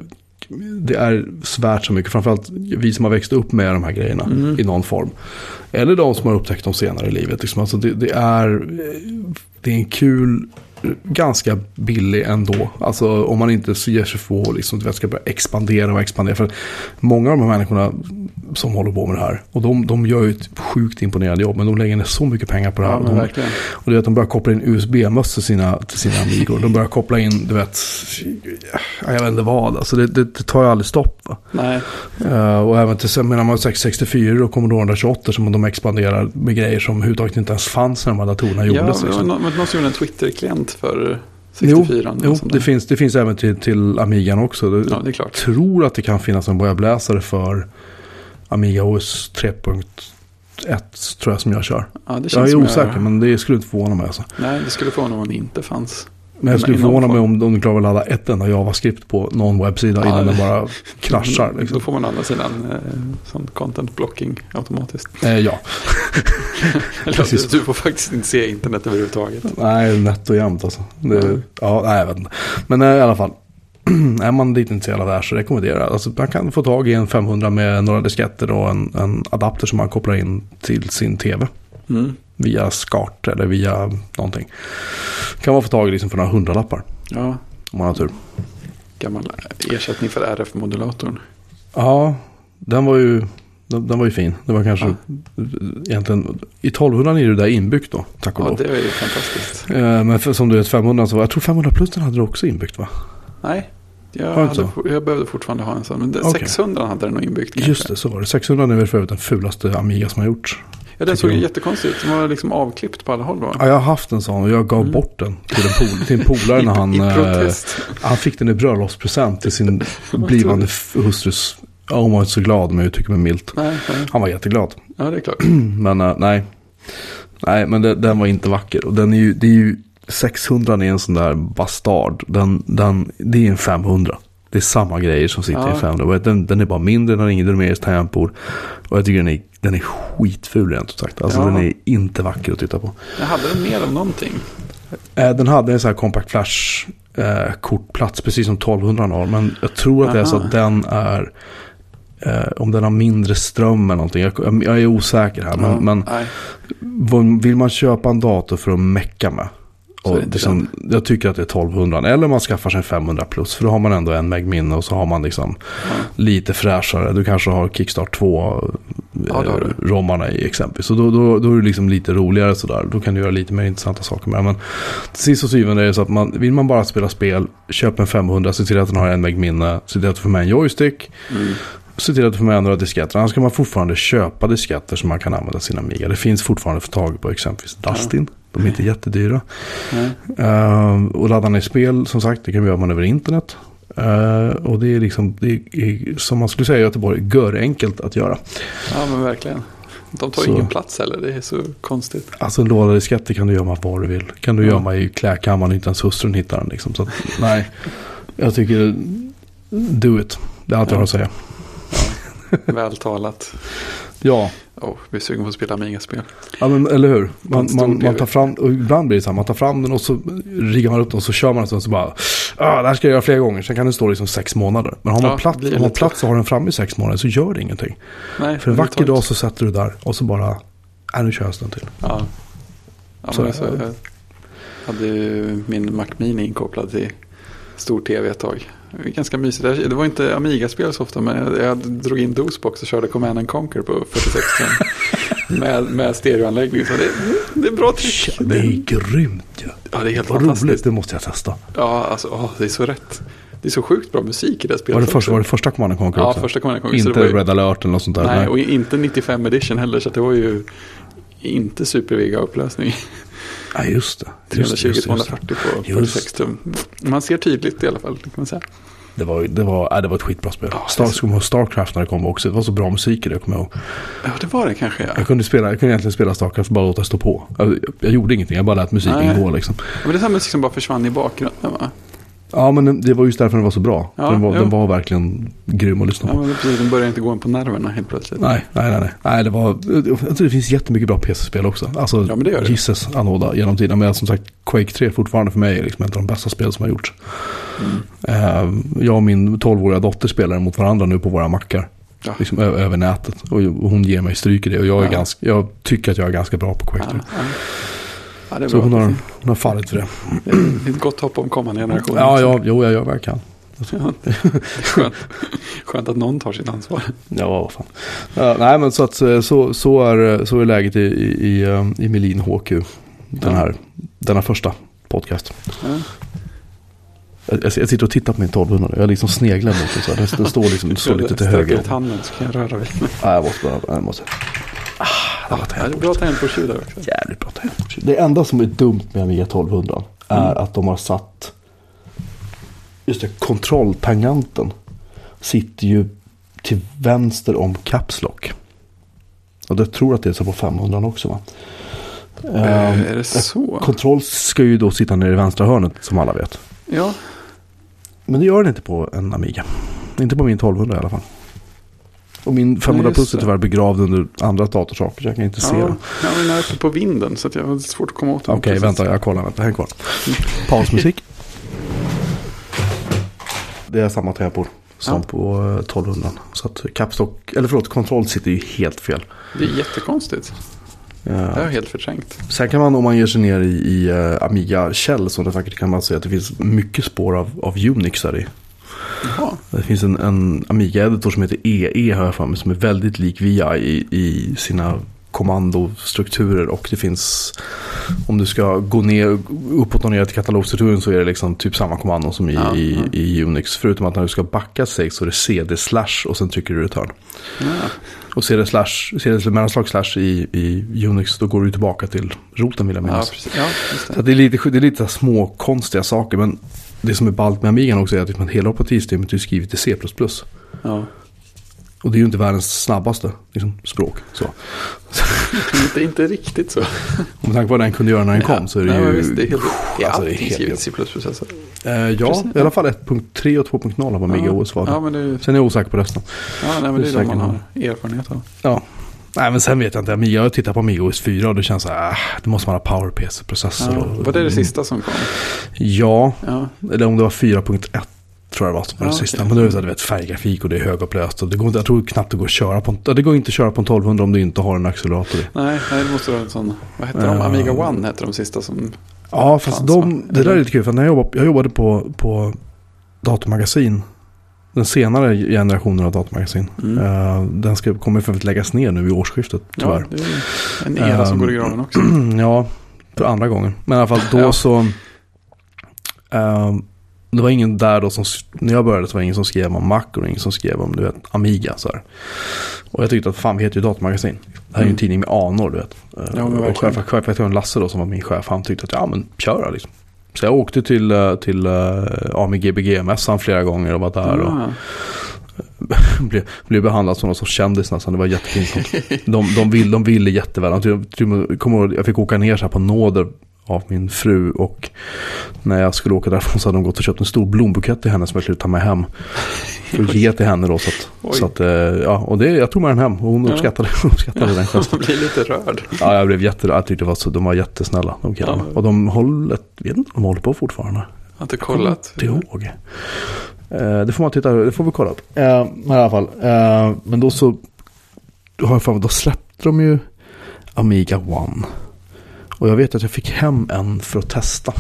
är svärt så mycket. Framförallt vi som har växt upp med de här grejerna i någon form. Eller de som har upptäckt dem senare i livet. Liksom. Alltså det är en kul, ganska billig ändå. Alltså om man inte ger sig på liksom, du ska börja expandera. För många av de här människorna som håller på med det här, och de gör ju ett sjukt imponerande jobb, men de lägger ner så mycket pengar på det här. Och du vet, de börjar koppla in USB-möss till sina Amigor. De börjar koppla in, du vet, jag vet inte vad. Alltså det tar ju aldrig stopp, va? Nej. Och även till menar man 664 och Commodore 128 som de expanderar med grejer som överhuvudtaget inte ens fanns när de här datorerna gjordes. Ja, men någon som gjorde en Twitter-klient för 64. Jo, det finns även till Amigan också. Ja, det är klart. Jag tror att det kan finnas en webbläsare för Amiga OS 3.1 tror jag som jag kör. Ja, det känns jag är osäker, men det skulle inte förvåna mig. Alltså. Nej, det skulle förvåna om det inte fanns. Men jag skulle förvåna mig om du klarar att ladda ett enda JavaScript på någon webbsida innan den bara kraschar. Liksom. Då får man andra sidan sån content blocking automatiskt. Ja. Eller, du får faktiskt inte se internet överhuvudtaget. Nej, nätt och jämnt alltså. Nej, jag vet inte. Men i alla fall, är man lite intresserad av det här så rekommenderar jag. Alltså, man kan få tag i en 500 med några disketter och en adapter som man kopplar in till sin tv. Via SCART eller via någonting. Kan man få tag i liksom för några 100-lappar. Ja. Om man har tur. Gammal ersättning för RF-modulatorn. Ja, den var ju fin. Det var kanske egentligen i 1200 är det där inbyggt då, tack och lov. Ja, det är ju fantastiskt. Men som du vet 500 så var jag tror 500 plus den hade du också inbyggt, va? Nej. Jag behövde fortfarande ha en sån. Men 600 hade den nog inbyggt. Kanske. Just det, så var det. 600 är väl för övrigt den fulaste Amiga som har gjorts. Ja, den såg jättekonstigt ut. Den var liksom avklippt på alla håll, va? Ja, jag har haft en sån och jag gav bort den till en polare när han fick den i bröllopspresent till sin blivande hustrus. Ja, hon var inte så glad, men jag tycker mig milt. Nej. Han var jätteglad. Ja, det är klart. Men nej, men den var inte vacker. Och det är ju 600 är en sån där bastard. Det är en 500. Det är samma grejer som sitter i 500. Den är bara mindre, den har ingen numeriskt tangentbord. Och jag tycker den är den är skitful rent ut sagt. Alltså den är inte vacker att titta på. Jag hade den mer om någonting. Den hade en sån här compact flash kortplats precis som 1200 har. Men jag tror att det är så att den är om den har mindre ström eller någonting. Jag är osäker här. Men vill man köpa en dator för att mecka med? Och liksom, jag tycker att det är 1200. Eller man skaffar sig en 500 plus. För då har man ändå en meg minne och så har man liksom lite fräschare. Du kanske har Kickstart 2 romarna i exempel. Så då är det liksom lite roligare sådär. Då kan du göra lite mer intressanta saker med. Men till sist och syvende är det så att vill man bara spela spel, köp en 500, se till att den har en meg minne, se till att du får med en joystick. Se till att du får med andra disketter. Annars kan man fortfarande köpa disketter som man kan använda sina Amiga. Det finns fortfarande för tag på exempelvis Dustin. De är inte jättedyra. Och ladda ner spel, som sagt, det kan vi göra man över internet. Och det är liksom, det är, som man skulle säga i Göteborg, gör enkelt att göra. Ja, men verkligen. De tar ingen plats heller, det är så konstigt. Alltså en låda disketter kan du gömma var du vill. Kan du gömma i klädkammaren, inte ens hustrun hittar den liksom. Så att, nej, jag tycker do it. Det är allt jag har att säga. Vältalat. Ja. Vi är sugen på att spela Amiga-spel. Ja, men eller hur? Man tar fram, och ibland blir det så här, man tar fram den och så riggar man upp den och så kör man den och så bara, det här ska jag göra flera gånger. Sen kan den stå liksom 6 månader. Men har man plats så har den fram i 6 månader så gör det ingenting. Nej, för en vacker dag så sätter du där och så bara, nu kör jag den till. Ja, så, men jag hade ju min Mac Mini inkopplad till stor tv ett tag. Ganska mysigt. Det var inte Amiga-spel så ofta, men jag drog in DOSBox och körde Command & Conquer på 46 med stereoanläggning. Så det är bra trick. Det är grymt. Ja, det är helt fantastiskt. Roligt, det måste jag testa. Ja, alltså, det är så rätt. Det är så sjukt bra musik i det spelet. Var det första Command & Conquer också? Ja, första Command & Conquer. Inte Red Alert eller något sånt där. Nej, och inte 95 edition heller, så det var ju inte superviga upplösning. Ja, just det. 320-240 på 46 tum. Man ser tydligt i alla fall, kan man säga. Det var ett skitbra spel. Starcraft när det kom också. Det var så bra musik i det, kommer jag ihåg. Ja, det var det kanske, ja. Jag kunde egentligen spela Starcraft bara låta stå på. Jag gjorde ingenting, jag bara lät musiken gå liksom. Ja, men det är så musik som bara försvann i bakgrunden, va? Ja, men det var just därför den var så bra. Ja, den var verkligen grym att lyssna på. Ja, men precis, den började inte gå in på nerverna helt plötsligt. Nej, jag tror det finns jättemycket bra PC-spel också. Alltså, ja, men det gör det. Gisses anåda genom tiden. Men som sagt, Quake 3 fortfarande för mig är liksom ett av de bästa spel som har gjorts. Jag och min 12-åriga dotter spelar mot varandra nu på våra mackar. Ja. Liksom över nätet. Och hon ger mig stryk i det. Och jag tycker att jag är ganska bra på Quake 3. Ja, så hon har fallit för det. Det är ett gott hopp om kommande generationer. Ja, jag gör vad jag kan. Skönt att någon tar sitt ansvar. Ja, vad fan. Nej, men så är läget i Melin HQ. Denna första podcast. Jag sitter och tittar på min 1200. Jag liksom sneglar mot det. Så det står liksom lite till höger. Jag handen så kan jag röra vid. Nej, jag måste. Det är bra tangentbord där också. Jävligt bra tangentbord. Det enda som är dumt med Amiga 1200 är att de har satt just det, kontrolltangenten sitter ju till vänster om Caps Lock. Och jag tror att det är så på 500 också, va? Är det så? Kontroll ska ju då sitta nere i vänstra hörnet, som alla vet. Ja. Men det gör den inte på en Amiga. Inte på min 1200 i alla fall. Och min 500 plus är tyvärr begravd under andra datorsaker, så jag kan inte se den. Jag är uppe på vinden, så att jag har svårt att komma åt den. Okej, vänta, jag kollar. Häng kvar. Pausmusik. Det är samma tangentbord som på 1200. Så att Capstock, kontroll sitter ju helt fel. Det är jättekonstigt. Ja. Det är helt förträngt. Sen kan man, om man ger sig ner i Amiga Shell, så det faktiskt kan man säga att det finns mycket spår av Unix där i. Jaha. Det finns en Amiga-editor som heter EE, har jag för mig, som är väldigt lik VI i sina kommandostrukturer, och det finns, om du ska gå ner uppåt och ner till katalogstrukturen, så är det liksom typ samma kommando som i Unix, förutom att när du ska backa sig så är det CD/ och sen trycker du return. Och CD/ mellanslag slash i Unix, då går du tillbaka till roten, vill jag minnas. Så det är lite små konstiga saker, men det som är ballt med Amigan också är att hela operativsystemet är skrivet i C++. Ja. Och det är ju inte världens snabbaste språk. Så. inte riktigt så. Om tanke på vad den kunde göra när den kom, så är det ju... Visst, det är helt skrivet C++. Alltså. I alla fall 1.3 och 2.0 av Amiga OS var det. Ja, men det är... Sen är jag osäker på resten. Ja, nej, men det är de man har erfarenhet av. Ja. Nej, men sen vet jag inte. Amiga, jag tittar på Amiga OS 4 och det känns så här, det måste vara PowerPC-processor. Ja, var det sista som kom? Ja, eller om det var 4.1 tror jag det var det sista. Okay. Men då är det så att du vet färggrafik och det är högupplöst. Och det går inte, jag tror knappt det går att köra på det går inte att köra på en 1200 om du inte har en accelerator. Nej, det måste vara en sån. Vad heter de? Amiga One heter de sista som... Ja, fast det där är lite kul. För när jag jobbade på datormagasin, den senare generationen av datormagasin, den kommer för att läggas ner nu i årsskiftet, tyvärr. Ja, det är en era som går i graven också. Ja, för andra gången. Men i alla fall då så... det var ingen där då som, när jag började så var ingen som skrev om Mac och ingen som skrev om, du vet, Amiga så här. Och jag tyckte att fan, vi heter ju datormagasin. Det här är ju en tidning med anor, du vet. Ja, och chefredaktören Lasse då, som var min chef, han tyckte att ja, men kör liksom. Så jag åkte till AMG-BG-mässan flera gånger och var där och blev behandlad som någon sorts kändis nästan. Det var jättepinsamt. De ville jätteväl. Jag fick åka ner så här på nåder av min fru, och när jag skulle åka därifrån så hade de gått och köpt en stor blombukett till henne som jag skulle ta med hem för att ge till henne då, så att ja, och det, jag tog med den hem och hon uppskattade den gesten. Jag blev lite rörd. Ja, jag blev jag tyckte de var jättesnälla, de killarna. Och de håller på fortfarande. Jag har inte kollat. Det ihåg. Det får man titta, det får vi kolla. Men i alla fall, men då så då släppte de ju Amiga One. Och jag vet att jag fick hem en för att testa.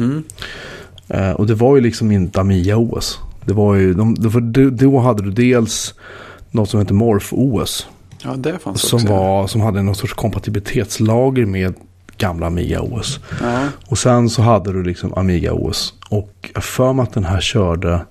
Och det var ju liksom inte Amiga OS. Det var ju, då hade du dels något som heter Morph OS. Ja, det fanns som hade någon sorts kompatibilitetslager med gamla Amiga OS. Ja. Och sen så hade du liksom Amiga OS. Och jag för mig att den här körde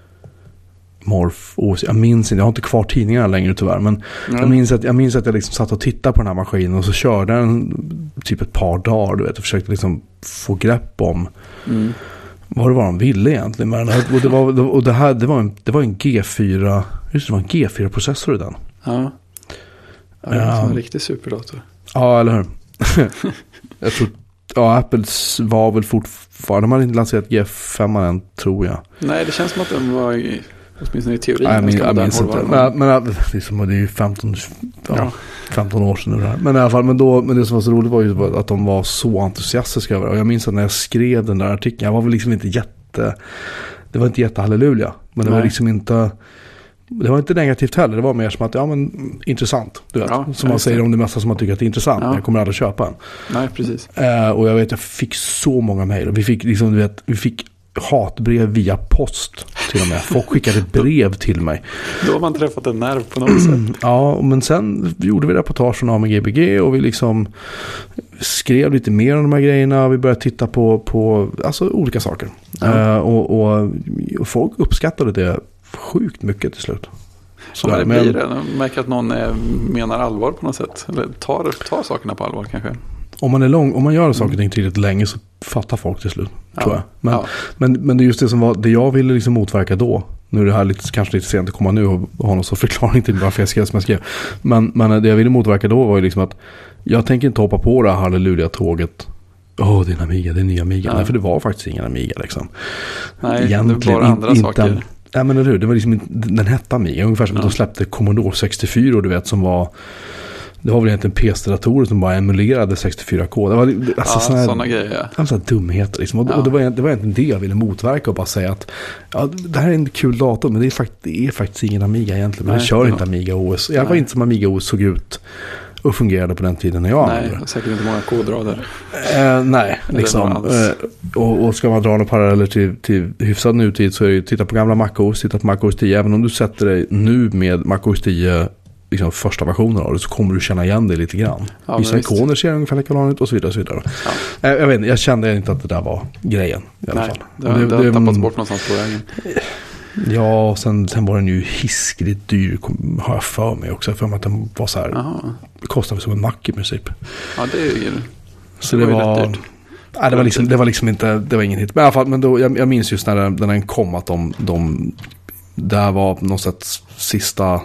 Morph OS. Jag minns inte, jag har inte kvar tidningarna längre tyvärr, men jag minns att jag liksom satt och tittade på den här maskinen och så körde den typ ett par dagar, du vet, och försökte liksom få grepp om vad det var de ville egentligen med den här. Och det var en G4, just det, var en G4-processor i den. Ja. Det var en riktig superdator. Ja, eller hur? Jag tror Apples var väl fortfarande, de hade inte lanserat G5 än, tror jag. Nej, det känns som att den var åtminstone i teorin. Jag minns inte. Men det är ju 15 år sedan nu. Men i alla fall, men det som var så roligt var ju att de var så entusiastiska över det. Och jag minns att när jag skrev den där artikeln, jag var väl liksom inte det var inte jättehalleluja. Men det var liksom inte... Det var inte negativt heller. Det var mer som att, ja men, intressant. Du vet. Som man säger om det mesta som man tycker att det är intressant. Men jag kommer aldrig köpa en. Nej, precis. Och jag vet, jag fick så många mejl. Vi fick liksom, du vet, hatbrev via post till och med. Folk skickade brev till mig. Då har man träffat en nerv på något sätt. Ja, men sen gjorde vi reportagen av GBG och vi liksom skrev lite mer om de här grejerna. Vi började titta på alltså olika saker. Och folk uppskattade det sjukt mycket till slut. Så det blir det. Jag märker att någon menar allvar på något sätt. Eller tar sakerna på allvar kanske. Om man gör saker och ting tillräckligt länge så fattar folk till slut, tror jag. Men det är just det som var det jag ville liksom motverka då. Nu är det här kanske lite sent att komma nu och ha någon sorts förklaring till varför jag skrev som jag skrev. Men det jag ville motverka då var ju liksom att jag tänker inte hoppa på det här halleluja-tåget. Det är en Amiga, det är en ny Amiga. Nej, för det var faktiskt ingen Amiga liksom. Nej, egentligen, det var andra saker. Nej, men det var liksom den hette Amiga. Ungefär som att de släppte Commodore 64 och du vet, som var... Det var väl egentligen PC-datorer som bara emulerade 64K. Det var alltså sådana grejer. Sådana dumheter liksom. Och det var egentligen det jag ville motverka och bara säga att det här är en kul dator, men det är faktiskt ingen Amiga egentligen. Men det kör inte Amiga OS. Jag var inte som Amiga OS såg ut och fungerade på den tiden när jag använde det. Nej, säkert inte många kodrader. Nej, liksom. Och ska man dra några paralleller till hyfsad nutid så är det ju titta på gamla MacOS, titta på MacOS 10. Även om du sätter dig nu med MacOS 10 liksom första versionen av det så kommer du känna igen det lite grann. Vissa ikoner ser ungefär likadant ut och så vidare och så vidare. Jag vet inte, jag kände inte att det där var grejen i alla fall. Det har tappats bort någonstans på vägen. Ja, och sen var den ju hiskligt dyr, har jag för mig också. För mig att den var så här, kostade som en Mac i princip. Ja, det är ju... Så det var dyrt. Nej, det var liksom inte, det var ingen hit. Men i alla fall, men då, jag minns just när den kom att de där var på något sätt sista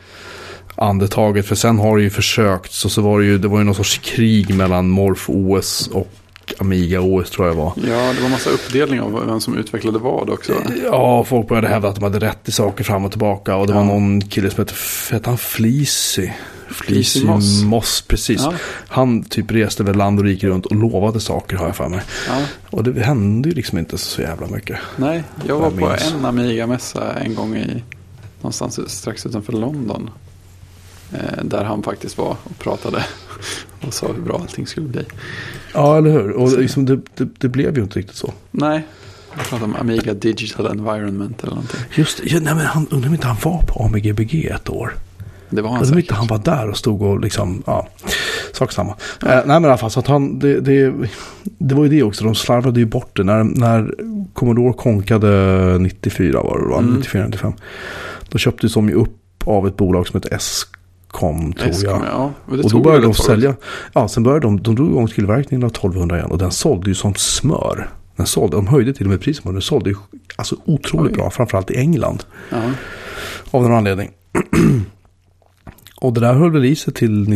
andetaget, för sen har det ju försökt så var det var ju någon sorts krig mellan Morph OS och Amiga OS, tror jag var. Ja, det var massa uppdelning av vem som utvecklade vad också. Ja, folk började hävda att de hade rätt i saker fram och tillbaka och det var någon kille som hette han Fleecy Fleecy Moss, precis. Ja. Han typ reste väl land och rike runt och lovade saker, har jag för mig. Ja. Och det hände ju liksom inte så jävla mycket. Nej, jag var på en Amiga-mässa en gång någonstans strax utanför London. Där han faktiskt var och pratade och sa hur bra allting skulle bli. Ja, eller hur? Och liksom det blev ju inte riktigt så. Nej, jag pratade om Amiga Digital Environment eller någonting. Just det, nej, men undrar om inte han var på AMGBG ett år. Det var han säkert. Undrar om inte han var där och stod och liksom, ja, sak samma. Nej, men i alla fall, så att han, det var ju det också, de slarvade ju bort det. När Commodore konkade 94 var det, 94-95. Då köptes de ju upp av ett bolag som heter Escom, tror jag. Ja. Och då började de sälja. Ja, sen började de drog igång tillverkningen av 1200 igen. Och den sålde ju som smör. De höjde till och med priset. Den sålde ju alltså otroligt bra. Framförallt i England. Ja. Av någon anledning. Och det där höll väl i sig till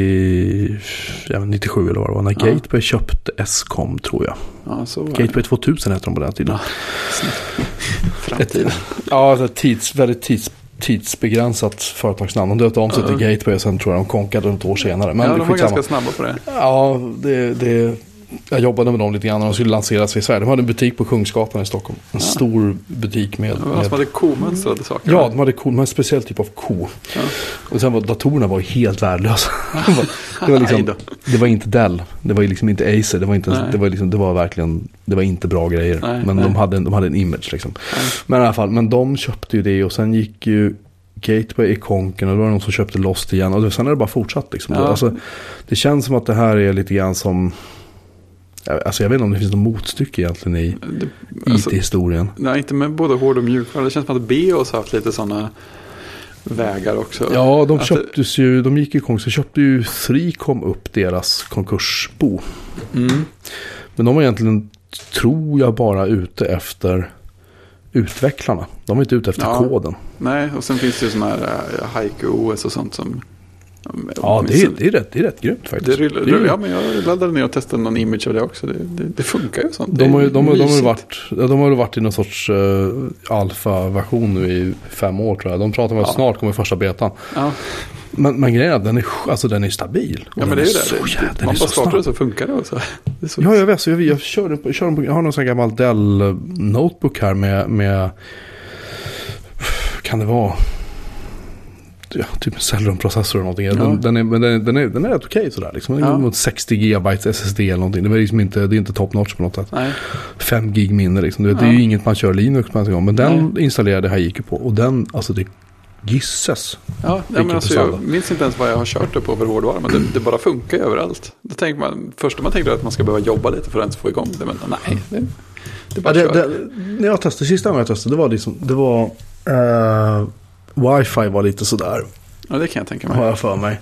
97 eller vad det var. När Gateway köpte Escom, tror jag. Ja, så Gateway 2000 hette de på den tiden. Ja, framtiden. Väldigt tidsbegränsat företagsnamn. De döpte om sig till Gateway och sen tror jag de konkade ett år senare. Men de var ganska snabba på det. Ja, jag jobbade med dem lite grann när de skulle lanseras i Sverige. De hade en butik på Kungsgatan i Stockholm. En stor butik med... De hade komönstrade saker. Ja, de hade en speciell typ av ko. Ja. Och sen var datorerna var helt värdelösa. Det var inte Dell. Det var liksom inte Acer. Det var inte bra grejer. Nej, men de hade en image liksom. Men i alla fall, de köpte ju det och sen gick ju Gateway i konken och då var det någon som köpte Lost igen och sen är det bara fortsatt liksom. Ja. Alltså, det känns som att det här är lite grann som, alltså jag vet inte om det finns någon motstycke egentligen i IT-historien. Nej, inte med både hård och mjukvara. Det känns som att BIOS har haft lite sådana vägar också. Ja, de gick i konkurs. Så köpte ju 3Com upp deras konkursbo. Men de var egentligen, tror jag, bara ute efter utvecklarna. De är inte ute efter koden. Nej, och sen finns det ju sådana här Haiku OS och sånt som... Ja, det är rätt grymt faktiskt. Men jag laddade ner och testade någon image av det också. Det funkar ju sånt. De har varit i någon sorts alfa-version nu i 5 år, tror jag. De pratar om att snart kommer första betan. Ja. Men grejen är att den är stabil. Ja, men det är ju det. Man bara startar det så funkar det också. Ja, jag vet. Så jag har någon sån här gammal Dell-notebook här med kan det vara typ en Celeron-processor eller någonting. Ja. Den är rätt okej sådär. Liksom. Den är mot 60 GB SSD eller någonting. Det är liksom inte top notch på något sätt. Nej. 5 gig minne liksom. Det är ju inget man kör Linux på en gång. Men den installerade här gick ju på. Och den, alltså det gisses. Ja, men alltså jag minns inte ens vad jag har kört det på för hårdvara. Men det bara funkar överallt. Då tänker man, först man tänker att man ska behöva jobba lite för att ens få igång det. Men nej, det bara när jag testade, sista gången jag testade, det var Wi-Fi var lite sådär. Ja, det kan jag tänka mig. Har jag för mig.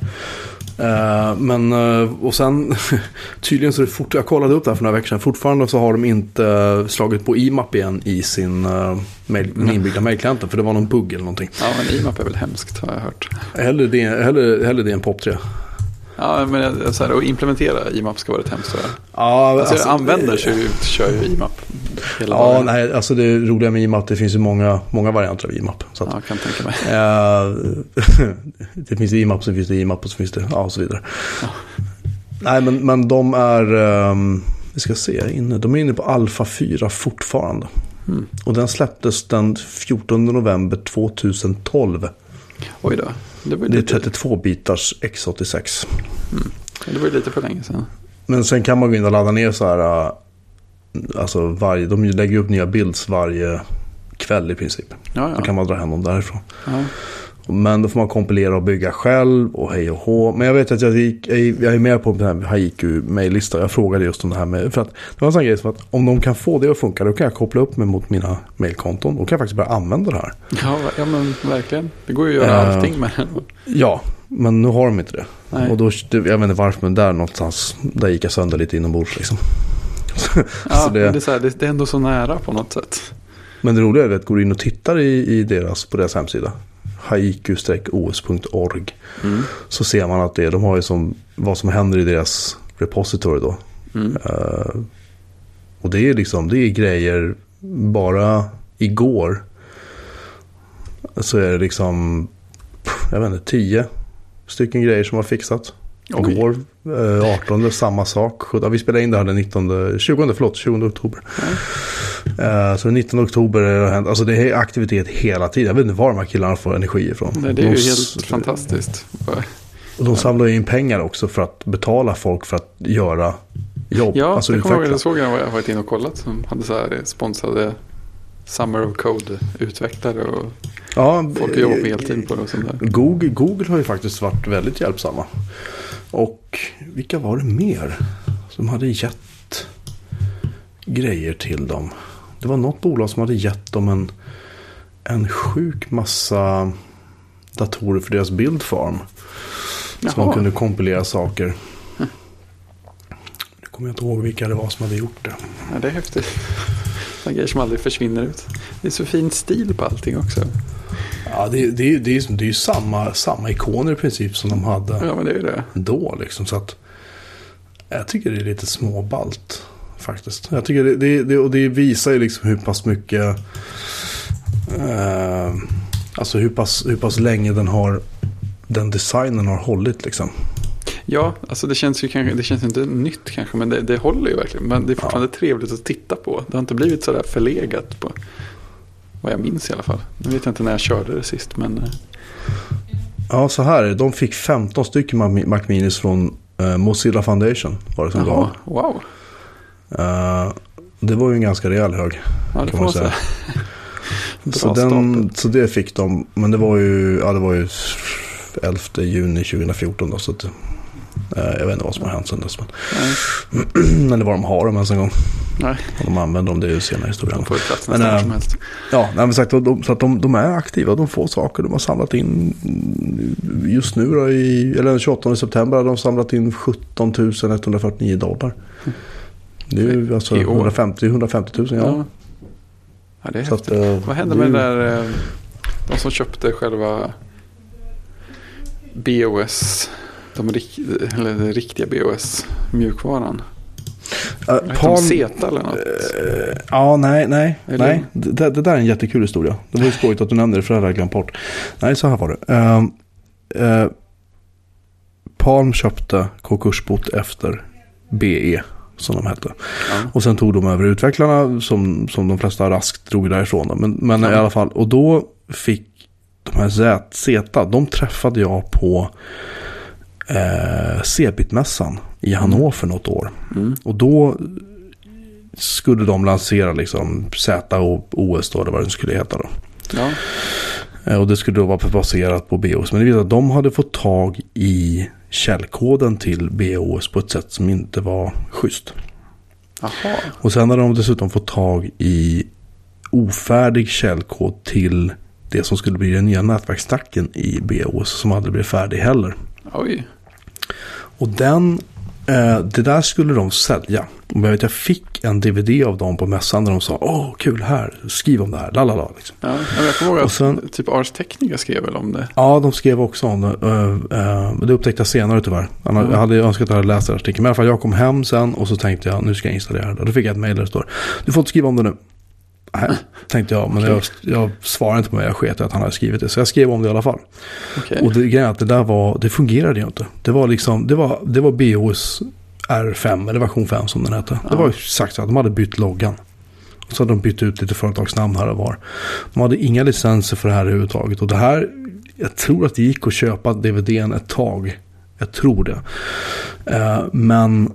Men och sen tydligen så är det jag kollade upp det här för några veckor sedan. Fortfarande så har de inte slagit på IMAP igen i sin inbyggda mailklienten, för det var någon bugg eller någonting. Ja, men IMAP är väl hemskt, har jag hört. Hellre det än POP3. Ja, men så här, att implementera IMAP ska vara ett hemskt. Ja, alltså användare kör ju IMAP hela dagen. Nej, alltså det roliga med IMAP, det finns ju många varianter av IMAP. Så att, ja, kan tänka mig. Det finns IMAP, så finns det IMAP och så finns det, och så vidare. Ja. Nej, men de är, vi ska se, de är inne på Alpha 4 fortfarande. Och den släpptes den 14 november 2012. Oj då. Det är 32 bitars x86. Det var ju lite för länge sedan. Men sen kan man gå in och ladda ner så här, alltså de lägger upp nya builds varje kväll i princip. Ja. Då kan man dra hem dem därifrån. Ja. Men då får man kompilera och bygga själv och hej och hå. Men jag vet att jag är med på den här Haiku-maillista. Jag frågade just om det här med, för att det var en sån grej som att om de kan få det att funka, då kan jag koppla upp mig mot mina mailkonton. Då kan jag faktiskt börja använda det här. Ja, men verkligen. Det går ju att göra allting med det. Ja, men nu har de inte det. Nej. Och då, jag vet inte varför, men där någonstans, där gick jag sönder lite inombords liksom. Ja, så det är ändå så nära på något sätt. Men det roliga är att går in och tittar på deras hemsida, haiku-os.org, så ser man att de har ju vad som händer i deras repository då. Och det är grejer. Bara igår så är det liksom, jag vet inte, 10 stycken grejer som var fixat. Igår 18 samma sak. Vi spelade in det här den 20 oktober. Så den 19 oktober är det hänt. Alltså det är aktivitet hela tiden. Jag vet inte var de här killarna får energi ifrån. Nej, det är ju helt fantastiskt. Och de samlar in pengar också för att betala folk för att göra jobb. Ja, alltså jag såg jag har varit inne och kollat som hade så här sponsrade Summer of Code-utvecklare och folk jobbar på heltid på det och sånt där. Google har ju faktiskt varit väldigt hjälpsamma. Och vilka var det mer som hade gett grejer till dem? Det var något bolag som hade gett dem en sjuk massa datorer för deras build farm. Så de kunde kompilera saker. Nu kommer jag inte ihåg vilka det var som hade gjort det. Ja, det är häftigt. Det är grejer som aldrig försvinner ut. Det är så fin stil på allting också. Ja, det är ju samma ikoner i princip som de hade. Ja, men det är det. Då liksom, så att jag tycker det är lite småballt faktiskt. Jag tycker det visar ju liksom hur pass mycket alltså hur pass länge den designen har hållit liksom. Ja, alltså det känns inte nytt kanske, men det håller ju verkligen. Men det är fortfarande trevligt att titta på. Det har inte blivit så där förlegat på vad jag minns i alla fall. Nu vet jag inte när jag körde det sist, men ja, så här, de fick 15 stycken Mac Minis från Mozilla Foundation var det som gav. Wow. Det var ju en ganska rejäl hög. Ja, det kan man säga. Så det fick de, men det var ju 11 juni 2014 då, så att jag vet inte vad som har hänt sen dess, men det var de har dem ens en gång. Nej. Och de använder dem, det är ju senare historien. De får plats nästan som helst. Ja, men sagt, så att de är aktiva, de får saker, de har samlat in just nu då den 28 september har de samlat in $17,149. Det är ju alltså 150 000, ja. Ja, det är häftigt. Vad hände med det där de som köpte själva BOS, den riktiga BOS-mjukvaran? Palm Zeta eller något? Ja, nej. Det där är en jättekul historia. Det var ju skojigt att du nämnde det, för det hade jag glömt bort. Nej, så här var det. Palm köpte konkursbot efter BE, som de hette. Ja. Och sen tog de över utvecklarna som de flesta raskt drog därifrån. Men i alla fall, och då fick de här Zeta, de träffade jag på Cebit-mässan i Hannover något år. Och då skulle de lansera liksom Z och OS då, eller vad det skulle heta då. Ja. Och det skulle då vara baserat på BOS. Men det visade att de hade fått tag i källkoden till BOS på ett sätt som inte var schysst. Aha. Och sen hade de dessutom fått tag i ofärdig källkod till det som skulle bli den nya nätverksstacken i BOS, som aldrig blev färdig heller. Oj. Och det där skulle de sälja. Och jag fick en DVD av dem på mässan där de sa, kul här, skriv om det här, lalala. Liksom. Ja, jag kommer ihåg att sen, typ Ars Technica skrev väl om det. Ja, de skrev också om det. Det upptäckte jag senare tyvärr. Jag hade önskat att jag hade läst artikeln. Men i alla fall, jag kom hem sen och så tänkte jag, nu ska jag installera det. Då fick jag ett mejl där det står, du får inte skriva om det nu. Nej, tänkte jag, men jag svarade inte på mig, jag sket att han hade skrivit det, så jag skrev om det i alla fall. Och det fungerade ju inte. Det var liksom, det var BOS R5 eller version 5 som den hette. Det var ju sagt så att de hade bytt loggan. Och så hade de bytt ut lite företagsnamn här och var. De hade inga licenser för det här överhuvudtaget. Och det här, jag tror att det gick att köpa DVDn ett tag. Jag tror det. Men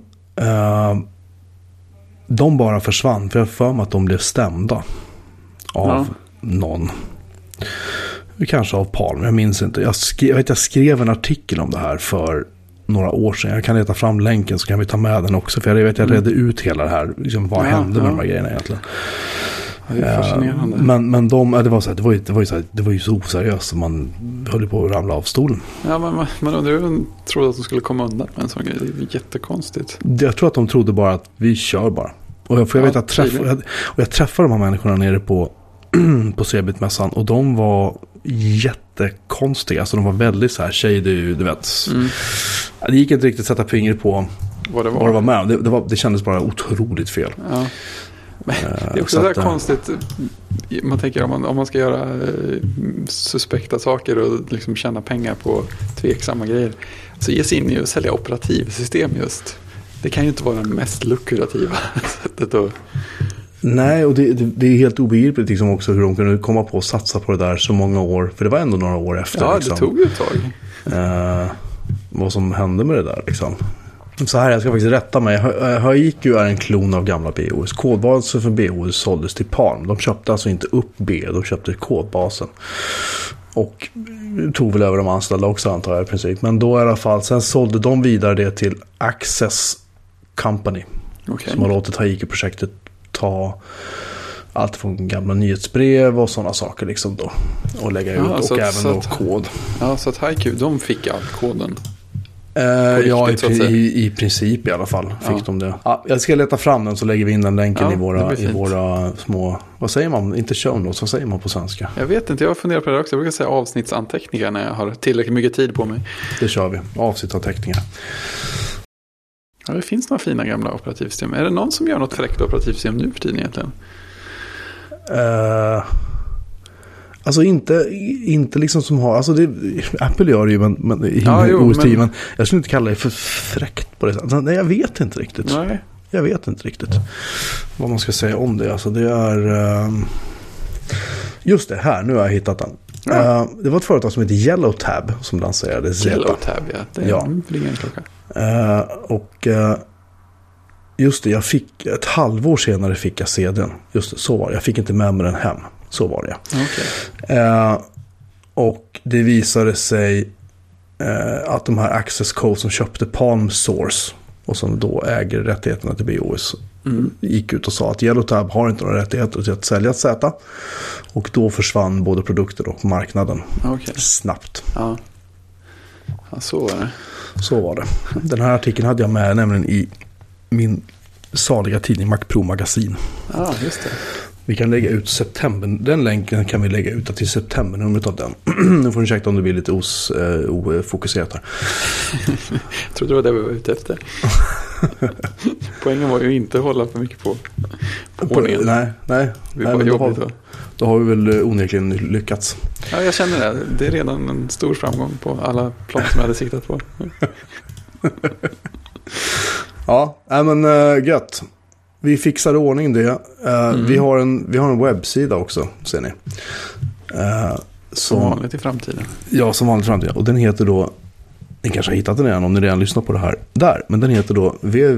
de bara försvann, för jag för mig att de blev stämda av någon. Kanske av Palm, jag minns inte. Jag skrev en artikel om det här för några år sedan. Jag kan leta fram länken så kan vi ta med den också. För jag vet att jag redde ut hela det här. Liksom, vad hände med de här grejerna egentligen? Ja, det är fascinerande. Men det var ju så oseriöst som man höll på att ramla av stolen. Ja, men du trodde att de skulle komma undan med en sån grej. Det är jättekonstigt. Jag tror att de trodde bara att vi kör bara. Och jag vet att jag träffade de här människorna nere på Cebit-mässan, och de var jättekonstiga. Alltså de var väldigt så här shady, du vet. Det gick inte riktigt att sätta fingret på vad det var med. Det kändes bara otroligt fel. Ja. Det är också så här konstigt. Man tänker om man ska göra suspekta saker och liksom tjäna pengar på tveksamma grejer, så ge sig in i att sälja operativsystem just. Det kan ju inte vara det mest lukrativa sättet att... Nej, och det är helt obegripligt liksom också hur de kunde komma på att satsa på det där så många år. För det var ändå några år efter. Ja, liksom. Det tog ju ett tag. Vad som hände med det där liksom. Så här, jag ska faktiskt rätta mig. Haiku är en klon av gamla BOS. Kodbasen för BOS såldes till Palm. De köpte alltså inte upp B, de köpte kodbasen. Och tog väl över de anställda också, antar jag i princip. Men då i alla fall, sen sålde de vidare det till Access Company. Okay. Som har låtit Haiku-projektet ta allt från gamla nyhetsbrev och sådana saker liksom då. Och lägga ut och även då kod. Ja, så att Haiku, de fick all koden. Ja, i princip i alla fall fick de det. Ja, jag ska leta fram den så lägger vi in den länken i våra små, vad säger man? Inte show notes, vad säger man på svenska? Jag vet inte, jag funderar på det också. Jag brukar säga avsnittsanteckningar när jag har tillräckligt mycket tid på mig. Det kör vi, avsnittsanteckningar. Ja, det finns några fina gamla operativsystem. Är det någon som gör något fräckt operativsystem nu för tiden egentligen? Alltså inte liksom som har, alltså Apple gör det ju men jag skulle inte kalla det för fräckt på det. Nej, jag vet inte riktigt. Nej. Jag vet inte riktigt vad man ska säga om det. Alltså det är just det här, nu har jag hittat den. Ja. Det var ett företag som heter Yellow Tab som lanserade Zeta. Yellow Tab, ja. Det är ingen klocka. Och just det, jag fick ett halvår senare fick jag CD:n. Just det, så var det. Jag fick inte med mig den hem. Så var det. Okay. Och det visade sig att de här Access Code som köpte Palm Source och som då äger rättigheterna till BOS gick ut och sa att Yellow Tab har inte några rättigheter till att sälja Z. Och då försvann både produkter och marknaden snabbt. Ja, så var det. Så var det. Den här artikeln hade jag med nämligen i min saliga tidning Mac Pro Magasin. Ja, just det. Vi kan lägga ut september. Den länken kan vi lägga ut till septembernumret av den. Nu får ni checka om det blir lite ofokuserat här. Jag trodde det var det vi var ute efter. Poängen var ju inte att hålla för mycket på ordningen. Nej. Vi var jobbigt då. Då har vi väl onekligen lyckats. Ja, jag känner det. Det är redan en stor framgång på alla plan som jag hade siktat på. Ja, men gött. Vi fixade ordning det. Vi har en webbsida också, ser ni. Som vanligt i framtiden. Ja, som vanligt i framtiden. Och den heter då, ni kanske har hittat den redan om ni redan lyssnar på det här där. Men den heter då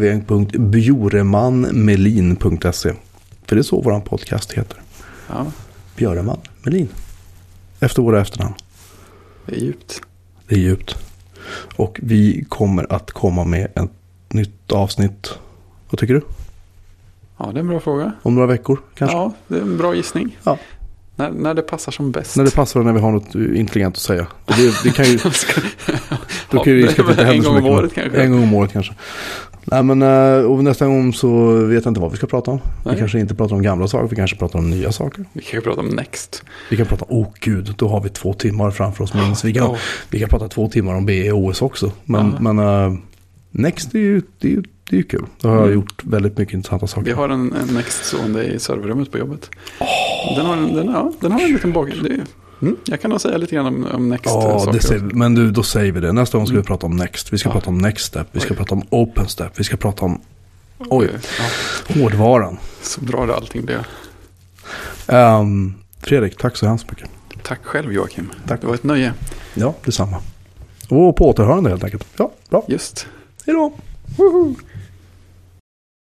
www.bjoremanmelin.se. För det är så vår podcast heter. Ja. Bjoreman Melin. Efter våra efternamn. Det är djupt. Det är djupt. Och vi kommer att komma med ett nytt avsnitt. Vad tycker du? Ja, det är en bra fråga. Om några veckor kanske? Ja, det är en bra gissning. Ja. När det passar som bäst. När det passar och när vi har något intelligent att säga. Det kan ju... Då kan ju riska att det inte händer så mycket. En gång om året kanske. Nej, men och nästa gång så vet jag inte vad vi ska prata om. Nej. Vi kanske inte pratar om gamla saker, vi kanske pratar om nya saker. Vi kan prata om Next. Vi kan prata, gud, då har vi 2 timmar framför oss minst. Vi kan prata 2 timmar om BOS också. Men Next det är ju kul. Då har jag gjort väldigt mycket intressanta saker. Vi har en Next stående i serverrummet på jobbet. Den har en liten bakgrund. Jag kan nog säga lite grann om Next. Men då säger vi det. Nästa gång ska vi prata om Next. Vi ska prata om Next Step. Vi ska prata om OpenStep. Vi ska prata om hårdvaran. Så bra det allting det. Fredrik, tack så hemskt mycket. Tack själv Joakim. Tack. Det var ett nöje. Ja, detsamma. Och på återhörande helt enkelt. Ja, bra. Just. Hej då. Woho!